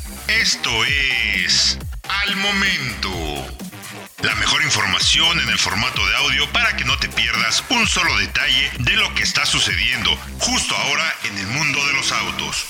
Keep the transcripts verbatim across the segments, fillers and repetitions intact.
Esto es Al Momento. La mejor información en el formato de audio para que no te pierdas un solo detalle de lo que está sucediendo justo ahora en el mundo de los autos.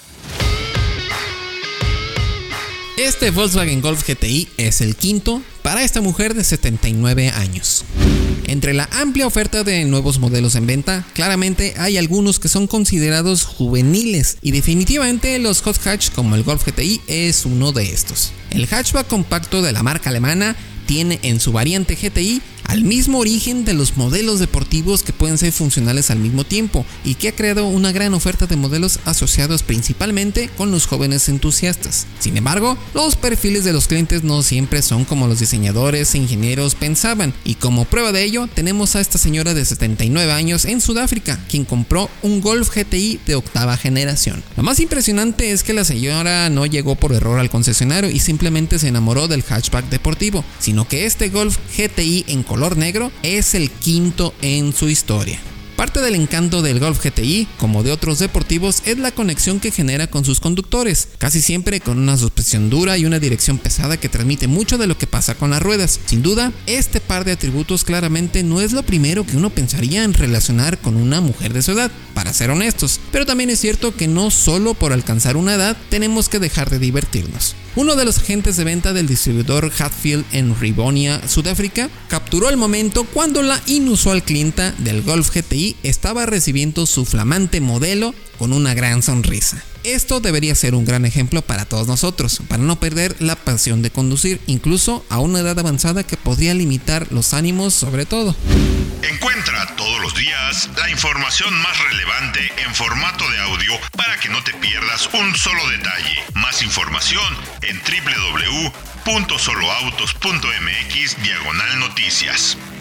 Este Volkswagen Golf G T I es el quinto para esta mujer de setenta y nueve años. Entre la amplia oferta de nuevos modelos en venta, claramente hay algunos que son considerados juveniles y definitivamente los hot hatch como el Golf G T I es uno de estos. El hatchback compacto de la marca alemana tiene en su variante G T I al mismo origen de los modelos deportivos que pueden ser funcionales al mismo tiempo y que ha creado una gran oferta de modelos asociados principalmente con los jóvenes entusiastas. Sin embargo, los perfiles de los clientes no siempre son como los diseñadores e ingenieros pensaban, y como prueba de ello tenemos a esta señora de setenta y nueve años en Sudáfrica, quien compró un Golf G T I de octava generación. Lo más impresionante es que la señora no llegó por error al concesionario y simplemente se enamoró del hatchback deportivo, sino que este Golf G T I en color negro es el quinto en su historia. Parte del encanto del Golf G T I, como de otros deportivos, es la conexión que genera con sus conductores, casi siempre con una suspensión dura y una dirección pesada que transmite mucho de lo que pasa con las ruedas. Sin duda, este par de atributos claramente no es lo primero que uno pensaría en relacionar con una mujer de su edad, para ser honestos, pero también es cierto que no solo por alcanzar una edad tenemos que dejar de divertirnos. Uno de los agentes de venta del distribuidor Hatfield en Rivonia, Sudáfrica, capturó el momento cuando la inusual clienta del Golf G T I estaba recibiendo su flamante modelo con una gran sonrisa. Esto debería ser un gran ejemplo para todos nosotros, para no perder la pasión de conducir, incluso a una edad avanzada que podría limitar los ánimos sobre todo. Encuentra todos los días la información más relevante en formato de audio para que no te pierdas un solo detalle. Más información en doble u doble u doble u punto soloautos punto m x diagonal noticias.